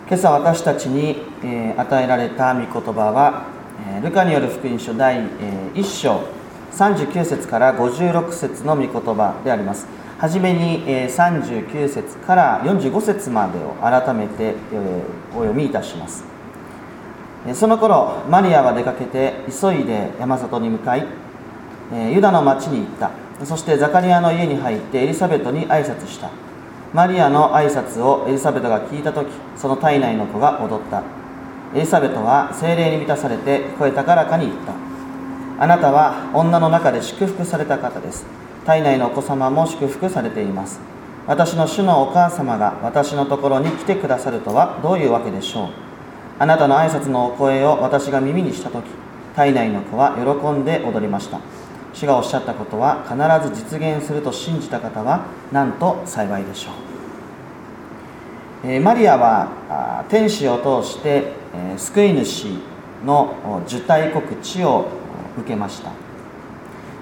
今朝私たちに与えられた御言葉はルカによる福音書第1章39節から56節の御言葉であります。はじめに39節から45節までを改めてお読みいたします。その頃マリアは出かけて急いで山里に向かいユダの町に行った。そしてザカリアの家に入ってエリザベトに挨拶した。マリアの挨拶をエリザベトが聞いたとき、その体内の子が踊った。エリザベトは聖霊に満たされて声高らかに言った。あなたは女の中で祝福された方です。体内のお子様も祝福されています。私の主のお母様が私のところに来てくださるとはどういうわけでしょう。あなたの挨拶のお声を私が耳にしたとき、体内の子は喜んで踊りました。主がおっしゃったことは必ず実現すると信じた方はなんと幸いでしょう。マリアは天使を通して救い主の受胎告知を受けました。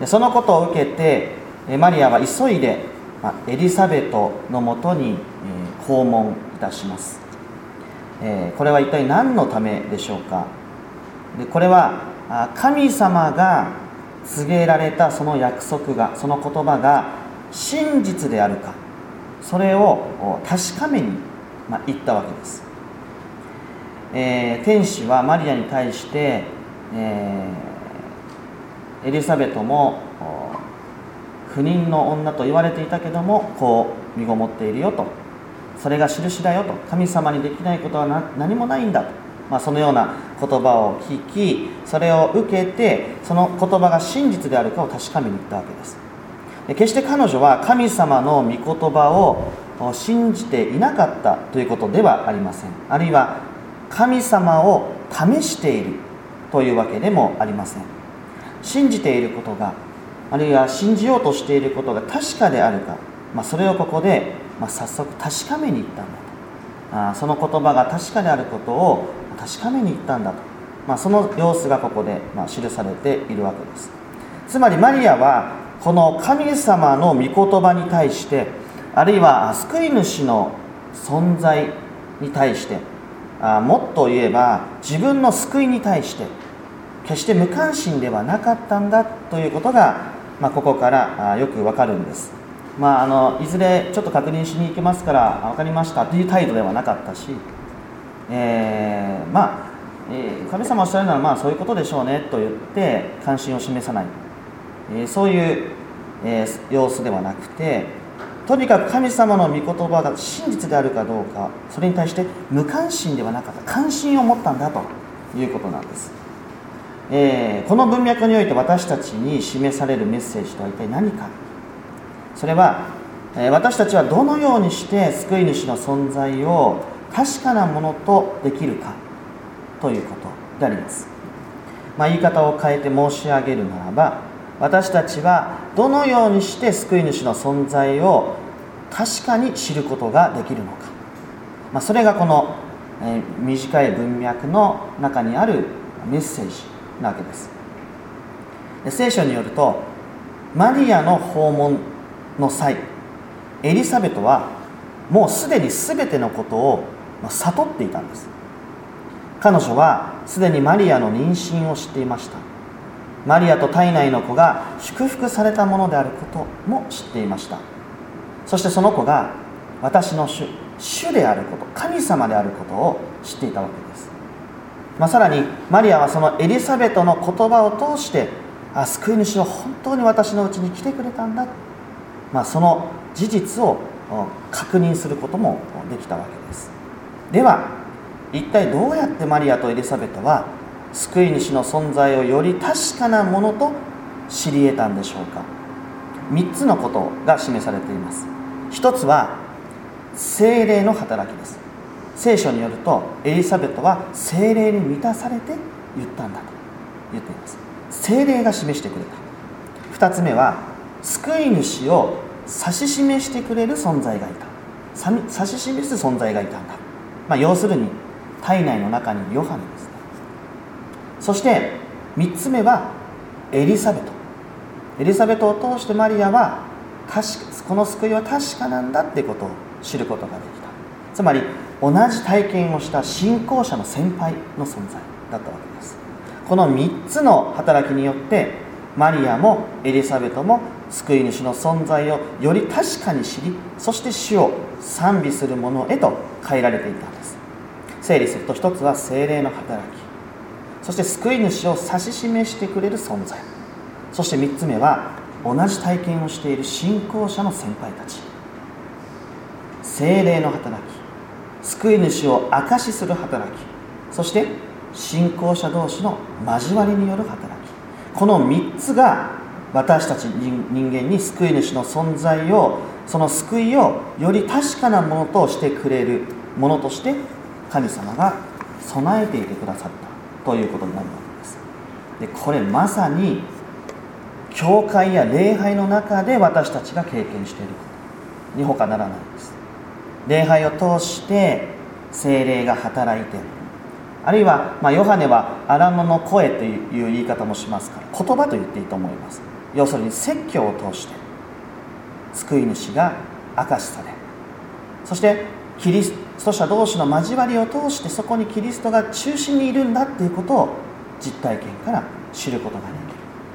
そのことを受けてマリアは急いでエリザベトのもとに訪問いたします。これは一体何のためでしょうか。これは神様が告げられたその約束が、その言葉が真実であるか、それを確かめに言ったわけです。天使はマリアに対して、エリザベトも不妊の女と言われていたけどもこう身ごもっているよと、それが印だよと、神様にできないことは何もないんだと、そのような言葉を聞き、それを受けてその言葉が真実であるかを確かめに行ったわけです。決して彼女は神様の御言葉を信じていなかったということではありません。あるいは神様を試しているというわけでもありません。信じていることが、あるいは信じようとしていることが確かであるか、それをここで早速確かめに行ったんだと、その言葉が確かであることを確かめに行ったんだと、その様子がここで記されているわけです。つまりマリアはこの神様の御言葉に対して、あるいは救い主の存在に対して、もっと言えば自分の救いに対して決して無関心ではなかったんだということが、ここからよくわかるんです。いずれちょっと確認しに行きますから分かりましたという態度ではなかったし、神様おっしゃるならそういうことでしょうねと言って関心を示さない、そういう、様子ではなくて、とにかく神様の御言葉が真実であるかどうか、それに対して無関心ではなかった、関心を持ったんだということなんです。この文脈において私たちに示されるメッセージとは一体何か。それは私たちはどのようにして救い主の存在を確かなものとできるかということであります。言い方を変えて申し上げるならば、私たちはどのようにして救い主の存在を確かに知ることができるのか、それがこの短い文脈の中にあるメッセージなわけです。聖書によると、マリアの訪問の際、エリザベトはもうすでに全てのことを悟っていたんです。彼女はすでにマリアの妊娠を知っていました。マリアと体内の子が祝福されたものであることも知っていました。そしてその子が私の主であること、神様であることを知っていたわけです。さらにマリアはそのエリザベトの言葉を通して、救い主は本当に私のうちに来てくれたんだ、その事実を確認することもできたわけです。では一体どうやってマリアとエリザベトは救い主の存在をより確かなものと知り得たんでしょうか。3つのことが示されています。一つは聖霊の働きです。聖書によるとエリザベトは聖霊に満たされて言ったんだと言っています。聖霊が示してくれた。2つ目は救い主を指し示してくれる存在がいた。指し示す存在がいたんだ。要するに体内の中にヨハネですね。そして3つ目はエリザベト。エリザベトを通してマリアはこの救いは確かなんだってことを知ることができた。つまり同同じ体験をした信仰者の先輩の存在だったわけです。この3つの働きによってマリアもエリザベトも救い主の存在をより確かに知り、そして主を賛美するものへと変えられていたんです。整理すると、一つは聖霊の働き、そして救い主を指し示してくれる存在、そして3つ目は同じ体験をしている信仰者の先輩たち。聖霊の働き、救い主を証しする働き、そして信仰者同士の交わりによる働き。この3つが私たち人間に救い主の存在を、その救いをより確かなものとしてくれるものとして神様が備えていてくださったということになるわけです。で、これまさに教会や礼拝の中で私たちが経験していることに他ならないです。礼拝を通して聖霊が働いて、あるいは、ヨハネは荒野の声という言い方もしますから、言葉と言っていいと思います。要するに説教を通して救い主が明かしされ、そしてキリスト者同士の交わりを通して、そこにキリストが中心にいるんだということを実体験から知ることができる。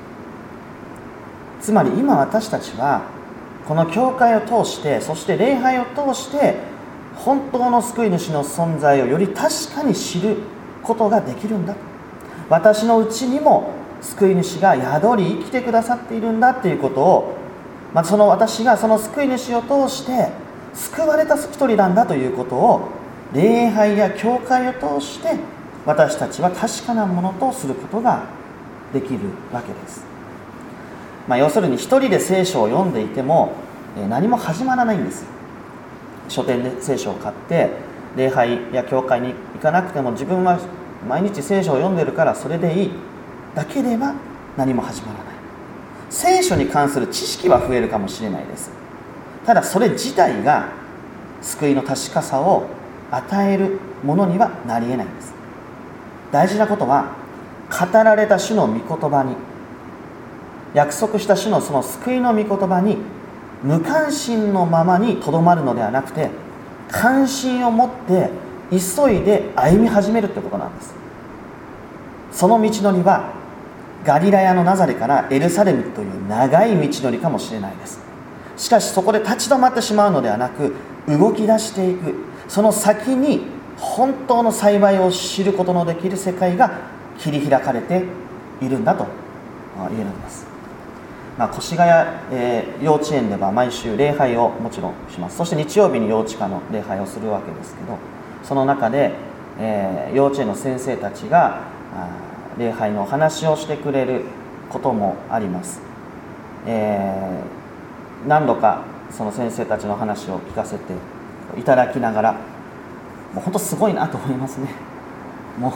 つまり今私たちはこの教会を通して、そして礼拝を通して本当の救い主の存在をより確かに知ることができるんだ。私のうちにも救い主が宿り生きてくださっているんだということを、その私がその救い主を通して救われた一人なんだということを、礼拝や教会を通して私たちは確かなものとすることができるわけです。要するに一人で聖書を読んでいても何も始まらないんです。書店で聖書を買って礼拝や教会に行かなくても、自分は毎日聖書を読んでるからそれでいいだけでは何も始まらない。聖書に関する知識は増えるかもしれないです。ただそれ自体が救いの確かさを与えるものにはなり得ないんです。大事なことは、語られた主の御言葉に、約束した主のその救いの御言葉に無関心のままにとどまるのではなくて、関心を持って急いで歩み始めるということなんです。その道のりはガリラヤのナザレからエルサレムという長い道のりかもしれないです。しかしそこで立ち止まってしまうのではなく、動き出していく、その先に本当の幸いを知ることのできる世界が切り開かれているんだと言えるんです。越谷、幼稚園では毎週礼拝をもちろんします。そして日曜日に幼稚科の礼拝をするわけですけど、その中で、幼稚園の先生たちが礼拝のお話をしてくれることもあります。何度かその先生たちの話を聞かせていただきながら、もう本当すごいなと思いますね。もう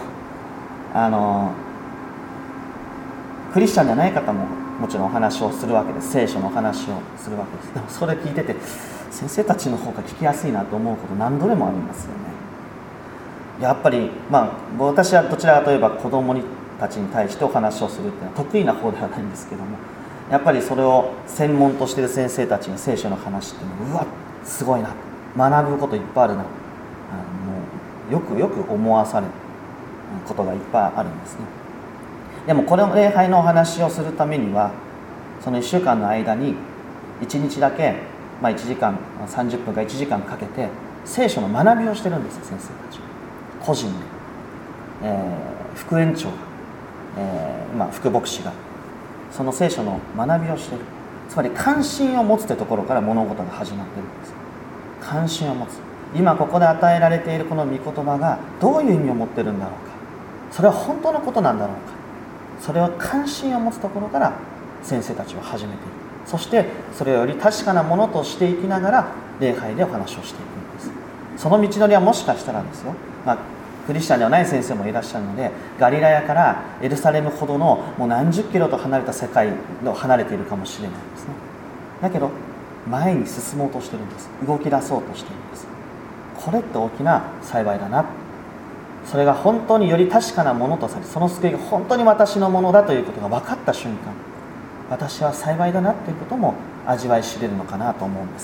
クリスチャンじゃない方ももちろんお話をするわけです。聖書のお話をするわけです。でもそれ聞いてて、先生たちの方が聞きやすいなと思うこと何度でもありますよね。やっぱり私はどちらかといえば子供たちに対してお話をするっていうのは得意な方ではないんですけども、やっぱりそれを専門としている先生たちが聖書の話っていうのは、うわすごいな、学ぶこといっぱいあるな、もうよく思わされることがいっぱいあるんですね。でもこの礼拝のお話をするためには、その1週間の間に1日だけ、1時間30分か1時間かけて聖書の学びをしてるんですよ、先生たち個人で、副園長が、副牧師がその聖書の学びをしている。つまり関心を持つというところから物事が始まっているんです。関心を持つ、今ここで与えられているこの御言葉がどういう意味を持っているんだろうか、それは本当のことなんだろうか、それは関心を持つところから先生たちは始めている。そしてそれをより確かなものとしていきながら礼拝でお話をしていくんです。その道のりはもしかしたらですよ、クリスチャンではない先生もいらっしゃるので、ガリラヤからエルサレムほどのもう何十キロと離れた世界の離れているかもしれないですね。だけど前に進もうとしているんです。動き出そうとしているんです。これって大きな幸いだな、それが本当により確かなものとされ、その救いが本当に私のものだということが分かった瞬間、私は幸いだなということも味わい知れるのかなと思うんです。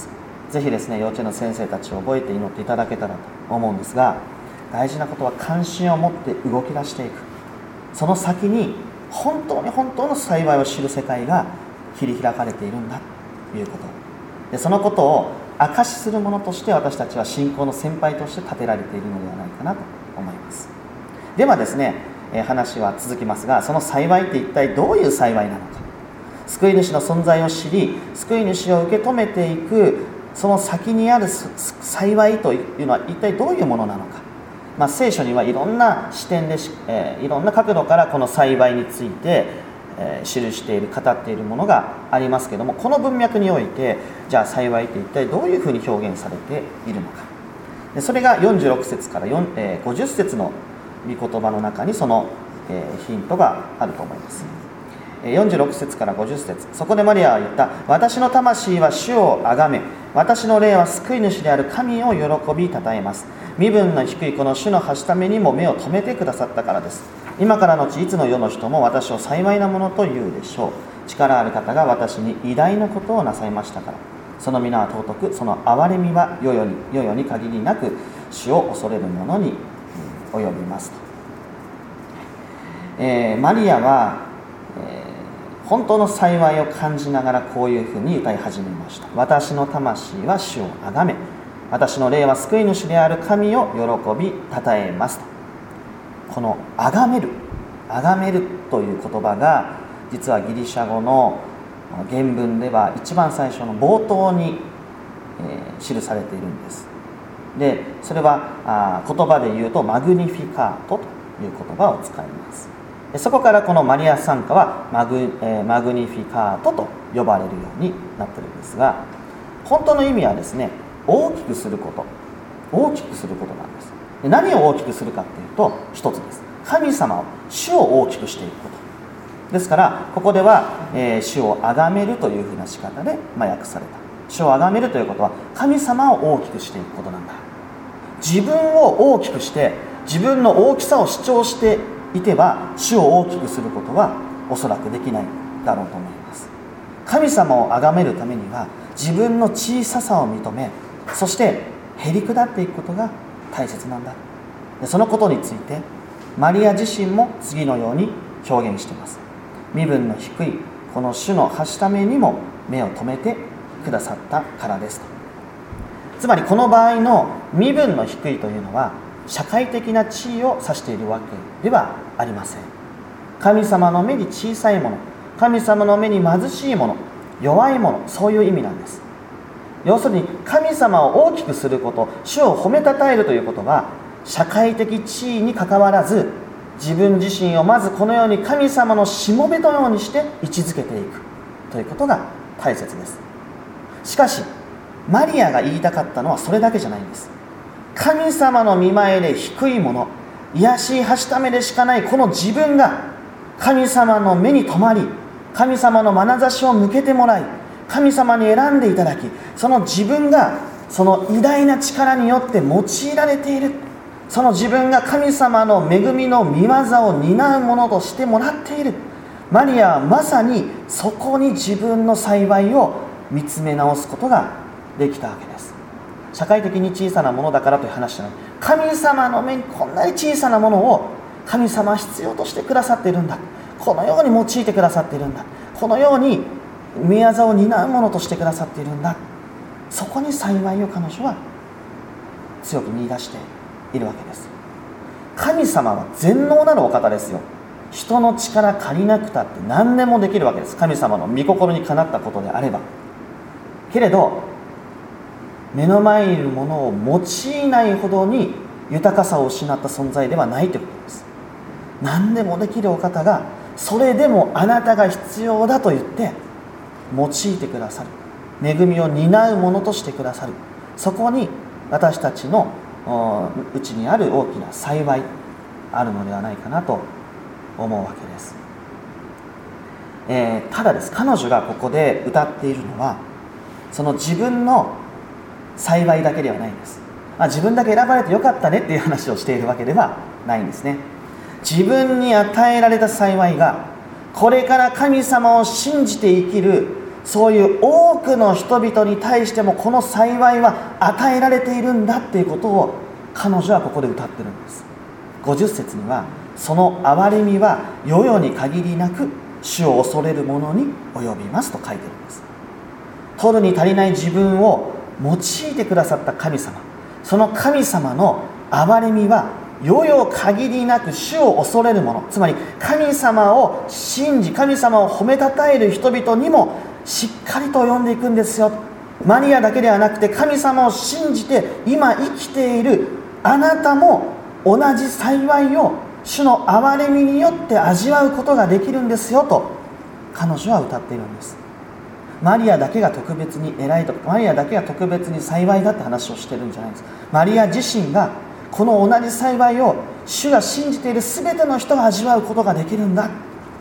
ぜひですね、幼稚園の先生たちを覚えて祈っていただけたらと思うんですが、大事なことは関心を持って動き出していく。その先に本当に本当の幸いを知る世界が切り開かれているんだということで、そのことを証しするものとして私たちは信仰の先輩として立てられているのではないかなと思います。ではですね、話は続きますが、その幸いって一体どういう幸いなのか。救い主の存在を知り、救い主を受け止めていくその先にある幸いというのは一体どういうものなのか。聖書にはいろんな視点で、いろんな角度からこの幸いについて、記している、語っているものがありますけれども、この文脈においてじゃあ幸いって一体どういうふうに表現されているのか。でそれが46節から50節の御言葉の中にそのヒントがあると思います。46節から50節、そこでマリアは言った。私の魂は主をあがめ、私の霊は救い主である神を喜びたたえます。身分の低いこの主のはしためにも目を留めてくださったからです。今からのちいつの世の人も私を幸いなものと言うでしょう。力ある方が私に偉大なことをなさいましたから。その皆は尊く、その憐れみは世々に限りなく主を恐れる者に及びますと。マリアは本当の幸いを感じながらこういうふうに歌い始めました。私の魂は主をあがめ、私の霊は救い主である神を喜びたたえますと。このあがめるという言葉が実はギリシャ語の原文では一番最初の冒頭に、記されているんです。でそれは言葉で言うとマグニフィカートという言葉を使います。そこからこのマリア賛歌はマグニフィカートと呼ばれるようになっているんですが、本当の意味はですね、大きくすることなんです。で何を大きくするかというと一つです。神様を、主を大きくしていくことですから、ここでは、主をあがめるというふうな仕方で訳された。主をあがめるということは神様を大きくしていくことなんだ。自分を大きくして自分の大きさを主張していては主を大きくすることはおそらくできないだろうと思います。神様をあがめるためには自分の小ささを認め、そしてへり下っていくことが大切なんだ。でそのことについてマリア自身も次のように表現しています。身分の低いこの主のはしためにも目を留めてくださったからですと。つまりこの場合の身分の低いというのは社会的な地位を指しているわけではありません。神様の目に小さいもの、神様の目に貧しいもの、弱いもの、そういう意味なんです。要するに神様を大きくすること、主を褒めたたえるということは社会的地位にかかわらず、自分自身をまずこのように神様のしもべのようにして位置づけていくということが大切です。しかしマリアが言いたかったのはそれだけじゃないんです。神様の御前で低いもの、卑しいはしためでしかないこの自分が神様の目に留まり、神様の眼差しを向けてもらい、神様に選んでいただき、その自分がその偉大な力によって用いられている、その自分が神様の恵みの御業を担うものとしてもらっている。マリアはまさにそこに自分の幸いを見つめ直すことができたわけです。社会的に小さなものだからという話じゃない。神様の目にこんなに小さなものを神様は必要としてくださっているんだ。このように用いてくださっているんだ。このように御業を担うものとしてくださっているんだ。そこに幸いを彼女は強く見出しているわけです。神様は全能なるお方ですよ。人の力借りなくたって何でもできるわけです。神様の御心にかなったことであれば。けれど目の前にいるものを用いないほどに豊かさを失った存在ではないということです。何でもできるお方がそれでもあなたが必要だと言って用いてくださる、恵みを担うものとしてくださる。そこに私たちのうちにある大きな幸いあるのではないかなと思うわけです。ただです、彼女がここで歌っているのはその自分の幸いだけではないんです。自分だけ選ばれてよかったねっていう話をしているわけではないんですね。自分に与えられた幸いがこれから神様を信じて生きるそういう多くの人々に対してもこの幸いは与えられているんだっていうことを彼女はここで歌ってるんです。50節には、その憐れみは世々に限りなく主を恐れる者に及びますと書いてるんです。取るに足りない自分を用いてくださった神様、その神様の憐れみは世々限りなく主を恐れる者、つまり神様を信じ神様を褒めたたえる人々にもしっかりと読んでいくんですよ。マリアだけではなくて、神様を信じて今生きているあなたも同じ幸いを主の憐れみによって味わうことができるんですよと彼女は歌っているんです。マリアだけが特別に偉いとか、マリアだけが特別に幸いだって話をしてるんじゃないんです。マリア自身がこの同じ幸いを主が信じている全ての人が味わうことができるんだ。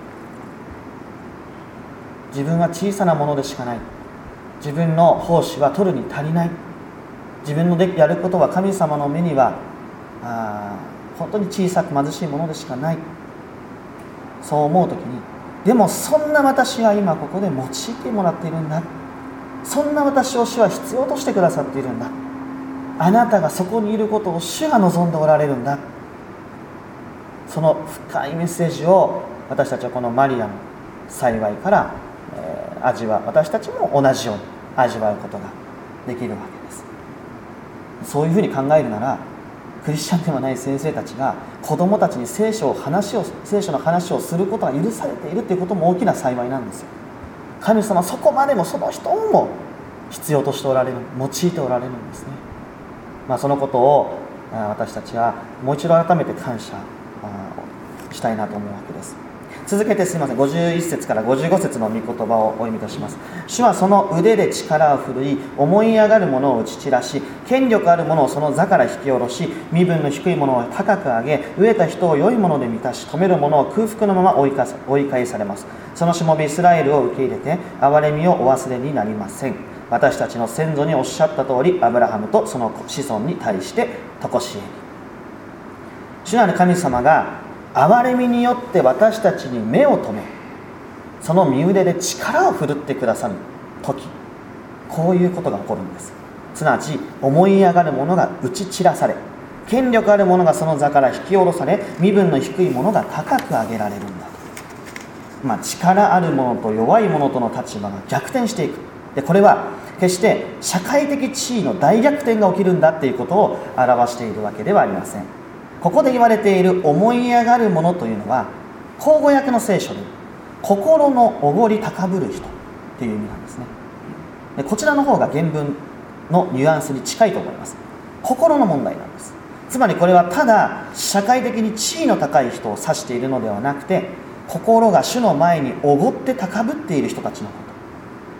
自分は小さなものでしかない、自分の奉仕は取るに足りない、自分のやることは神様の目には本当に小さく貧しいものでしかない、そう思うときに、でもそんな私は今ここで用いてもらっているんだ、そんな私を主は必要としてくださっているんだ、あなたがそこにいることを主が望んでおられるんだ、その深いメッセージを私たちはこのマリアの幸いから私たちも同じように味わうことができるわけです。そういうふうに考えるなら、クリスチャンではない先生たちが子どもたちに聖書の話をすることが許されているということも大きな幸いなんですよ。神様はそこまでもその人をも必要としておられる、用いておられるんですね。そのことを私たちはもう一度改めて感謝したいなと思うわけです。続けてすみません、51節から55節の御言葉をお読みいたします。主はその腕で力を振るい、思い上がる者を打ち散らし、権力ある者をその座から引き下ろし、身分の低い者を高く上げ、飢えた人を良いもので満たし、富める者を空腹のまま追い返されます。そのしもべイスラエルを受け入れて憐れみをお忘れになりません。私たちの先祖におっしゃった通り、アブラハムとその子孫に対して常しえに。主なる神様が憐れみによって私たちに目を留め、その身腕で力を振るってくださる時、こういうことが起こるんです。すなわち思い上がる者が打ち散らされ、権力ある者がその座から引き下ろされ、身分の低い者が高く上げられるんだと。力ある者と弱い者との立場が逆転していく。でこれは決して社会的地位の大逆転が起きるんだということを表しているわけではありません。ここで言われている思い上がる者というのは、口語訳の聖書で心のおごり高ぶる人という意味なんですね。でこちらの方が原文のニュアンスに近いと思います。心の問題なんです。つまりこれはただ社会的に地位の高い人を指しているのではなくて、心が主の前におごって高ぶっている人たちのこと、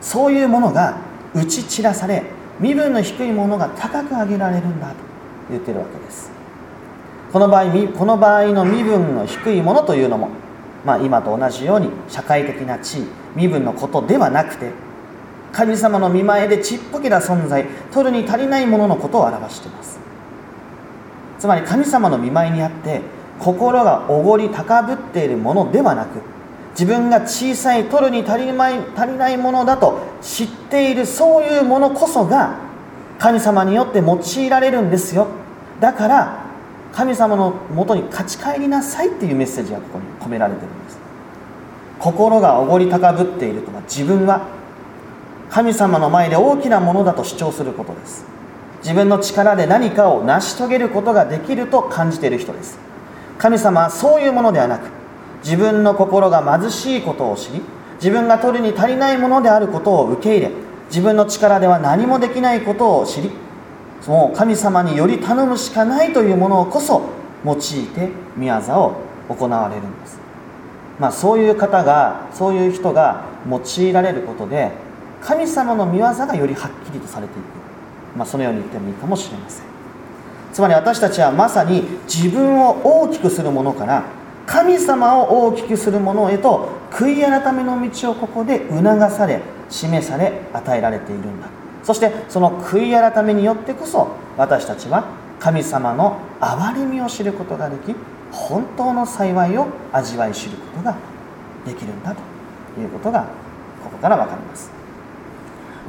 そういうものが打ち散らされ、身分の低いものが高く上げられるんだと言っているわけです。この場合の身分の低いものというのも、今と同じように社会的な地位、身分のことではなくて、神様の御前でちっぽけな存在、取るに足りないもののことを表しています。つまり神様の御前にあって心がおごり高ぶっているものではなく、自分が小さい、取るに足りないものだと知っている、そういうものこそが神様によって用いられるんですよ。だから神様のもとに立ち返りなさいっていうメッセージがここに込められているんです。心がおごり高ぶっているとは、自分は神様の前で大きなものだと主張することです。自分の力で何かを成し遂げることができると感じている人です。神様はそういうものではなく、自分の心が貧しいことを知り、自分が取るに足りないものであることを受け入れ、自分の力では何もできないことを知り、もう神様により頼むしかないというものをこそ用いて御業を行われるんです。そういう人が用いられることで、神様の御業がよりはっきりとされていく、そのように言ってもいいかもしれません。つまり私たちはまさに自分を大きくするものから神様を大きくするものへと悔い改めの道をここで促され、示され、与えられているんだ。そしてその悔い改めによってこそ、私たちは神様の憐れみを知ることができ、本当の幸いを味わい知ることができるんだということがここから分かります。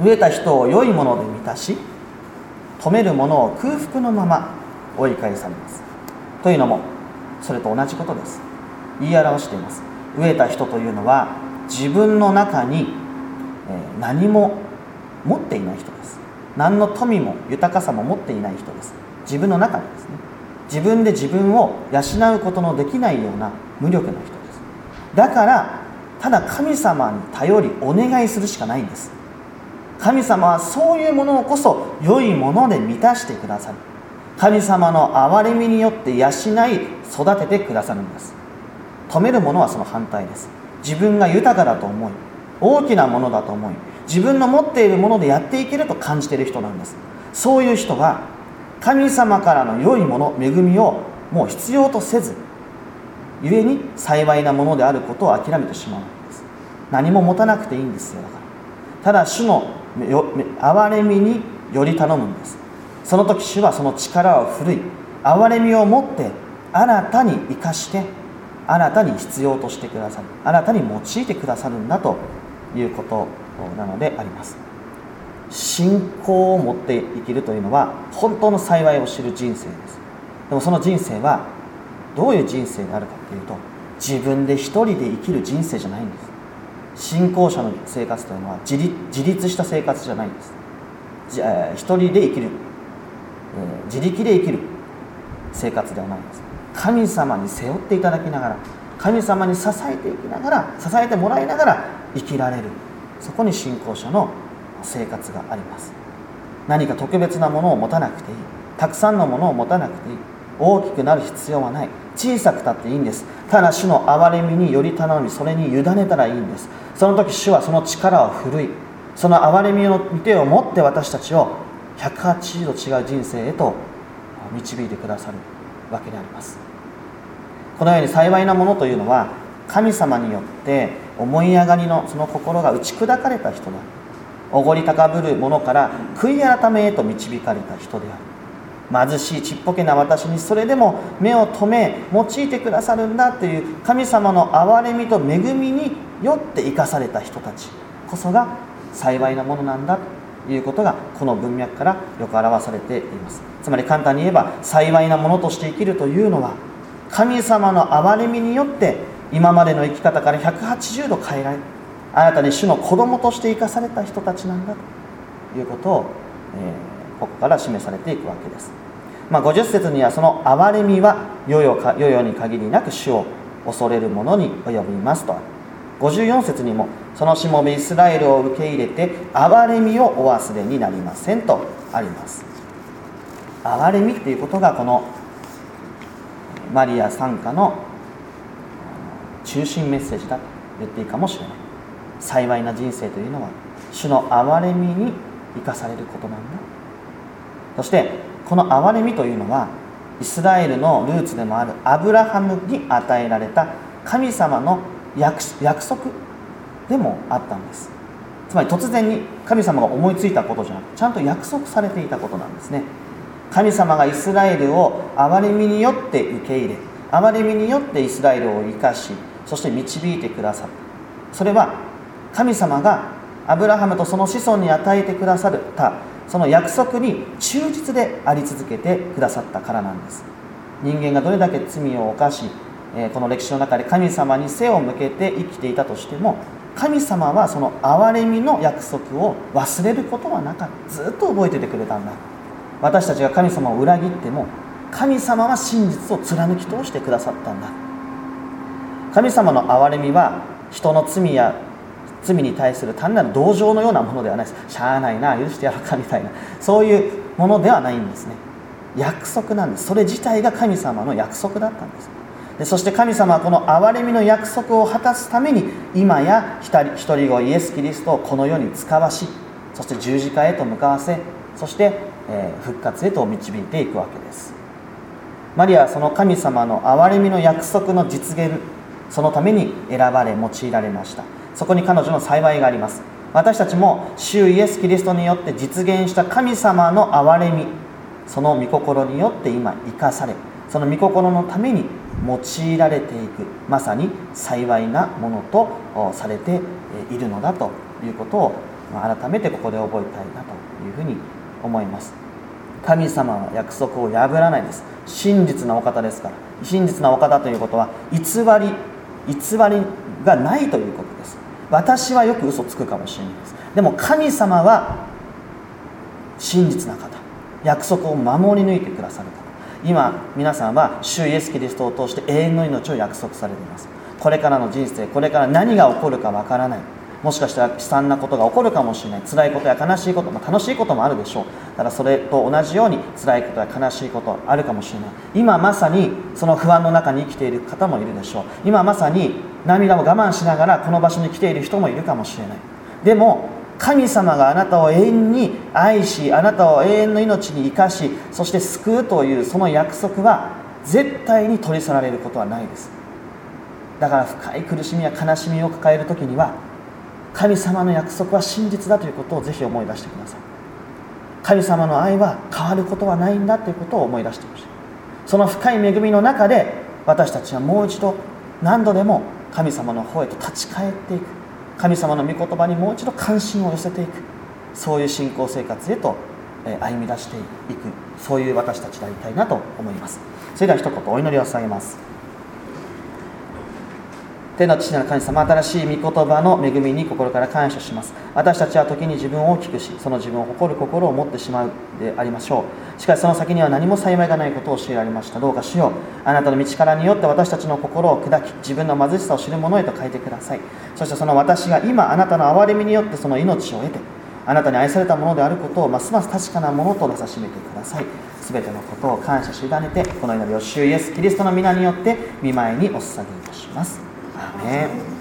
飢えた人を良いもので満たし、富めるものを空腹のまま追い返されます。というのもそれと同じことです。言い表しています。飢えた人というのは自分の中に何も持っていない人です。何の富も豊かさも持っていない人です。自分の中にですね、自分で自分を養うことのできないような無力な人です。だからただ神様に頼りお願いするしかないんです。神様はそういうものをこそ良いもので満たしてくださる。神様の憐れみによって養い育ててくださるんです。富めるものはその反対です。自分が豊かだと思い、大きなものだと思い、自分の持っているものでやっていけると感じている人なんです。そういう人は神様からの良いもの、恵みをもう必要とせず、故に幸いなものであることを諦めてしまうんです。何も持たなくていいんですよ。だからただ主の憐れみにより頼むんです。その時主はその力を振るい、憐れみを持って新たに生かして、新たに必要としてくださる、新たに用いてくださるんだということなのであります。信仰を持って生きるというのは本当の幸いを知る人生です。でもその人生はどういう人生であるかというと、自分で一人で生きる人生じゃないんです。信仰者の生活というのは自立した生活じゃないんです。一人で生きる、自力で生きる生活ではないんです。神様に背負っていただきながら、神様に支えていきながら、支えてもらいながら生きられる、そこに信仰者の生活があります。何か特別なものを持たなくていい、たくさんのものを持たなくていい、大きくなる必要はない、小さくたっていいんです。ただ主の憐れみにより頼み、それに委ねたらいいんです。その時主はその力を振るい、その憐れみの御手を持って私たちを180度違う人生へと導いてくださるわけであります。このように幸いなものというのは神様によって思い上がりのその心が打ち砕かれた人だ、おごり高ぶる者から悔い改めへと導かれた人である。貧しいちっぽけな私にそれでも目を留め用いてくださるんだという神様の憐れみと恵みによって生かされた人たちこそが幸いなものなんだということがこの文脈からよく表されています。つまり簡単に言えば、幸いなものとして生きるというのは神様の憐れみによって今までの生き方から180度変えられ、新たに主の子供として生かされた人たちなんだということを、ここから示されていくわけです。50節にはその憐れみは世々に限りなく主を恐れる者に及びますとある。54節にもそのしもべイスラエルを受け入れて憐れみをお忘れになりませんとあります。憐れみということがこのマリア賛歌の中心メッセージだと言っていいかもしれない。幸いな人生というのは主の憐れみに生かされることなんだ。そしてこの憐れみというのはイスラエルのルーツでもあるアブラハムに与えられた神様の約束でもあったんです。つまり突然に神様が思いついたことじゃなく、ちゃんと約束されていたことなんですね。神様がイスラエルを憐れみによって受け入れ、憐れみによってイスラエルを生かし、そして導いてくださった。それは神様がアブラハムとその子孫に与えてくださったその約束に忠実であり続けてくださったからなんです。人間がどれだけ罪を犯し、この歴史の中で神様に背を向けて生きていたとしても、神様はその憐れみの約束を忘れることはなかった。ずっと覚えててくれたんだ。私たちが神様を裏切っても神様は真実を貫き通してくださったんだ。神様の憐れみは人の罪に対する単なる同情のようなものではないです。しゃあないな、許してやろうかみたいな、そういうものではないんですね。約束なんです。それ自体が神様の約束だったんです。でそして神様はこの憐れみの約束を果たすために今や一人子イエス・キリストをこの世に使わし、そして十字架へと向かわせ、そして復活へと導いていくわけです。マリアはその神様の憐れみの約束の実現、そのために選ばれ用いられました。そこに彼女の幸いがあります。私たちも主イエス・キリストによって実現した神様の憐れみ、その御心によって今生かされ、その御心のために用いられていく、まさに幸いなものとされているのだということを改めてここで覚えたいなというふうに思います。神様は約束を破らないです。真実なお方ですから。真実なお方ということは偽りがないということです。私はよく嘘つくかもしれないです。でも神様は真実な方、約束を守り抜いてくださる方。今皆さんは主イエスキリストを通して永遠の命を約束されています。これからの人生、これから何が起こるかわからない、もしかしたら悲惨なことが起こるかもしれない、辛いことや悲しいこと、楽しいこともあるでしょう。ただそれと同じように辛いことや悲しいことあるかもしれない。今まさにその不安の中に生きている方もいるでしょう。今まさに涙を我慢しながらこの場所に来ている人もいるかもしれない。でも神様があなたを永遠に愛し、あなたを永遠の命に生かし、そして救うというその約束は絶対に取り去られることはないです。だから深い苦しみや悲しみを抱えるときには、神様の約束は真実だということをぜひ思い出してください。神様の愛は変わることはないんだということを思い出してほしい。その深い恵みの中で私たちはもう一度何度でも神様の方へと立ち返っていく、神様の御言葉にもう一度関心を寄せていく、そういう信仰生活へと歩み出していく、そういう私たちでありたいなと思います。それでは一言お祈りを捧げます。天の父なる神様、新しい御言葉の恵みに心から感謝します。私たちは時に自分を大きくし、その自分を誇る心を持ってしまうでありましょう。しかしその先には何も幸いがないことを教えられました。どうか主よ、あなたの道からによって私たちの心を砕き、自分の貧しさを知る者へと変えてください。そしてその私が今あなたの憐れみによってその命を得て、あなたに愛されたものであることをますます確かなものとなさしめてください。すべてのことを感謝し委ねて、この祈りを主イエスキリストの皆によって御前にお捧げいたします。アーメン。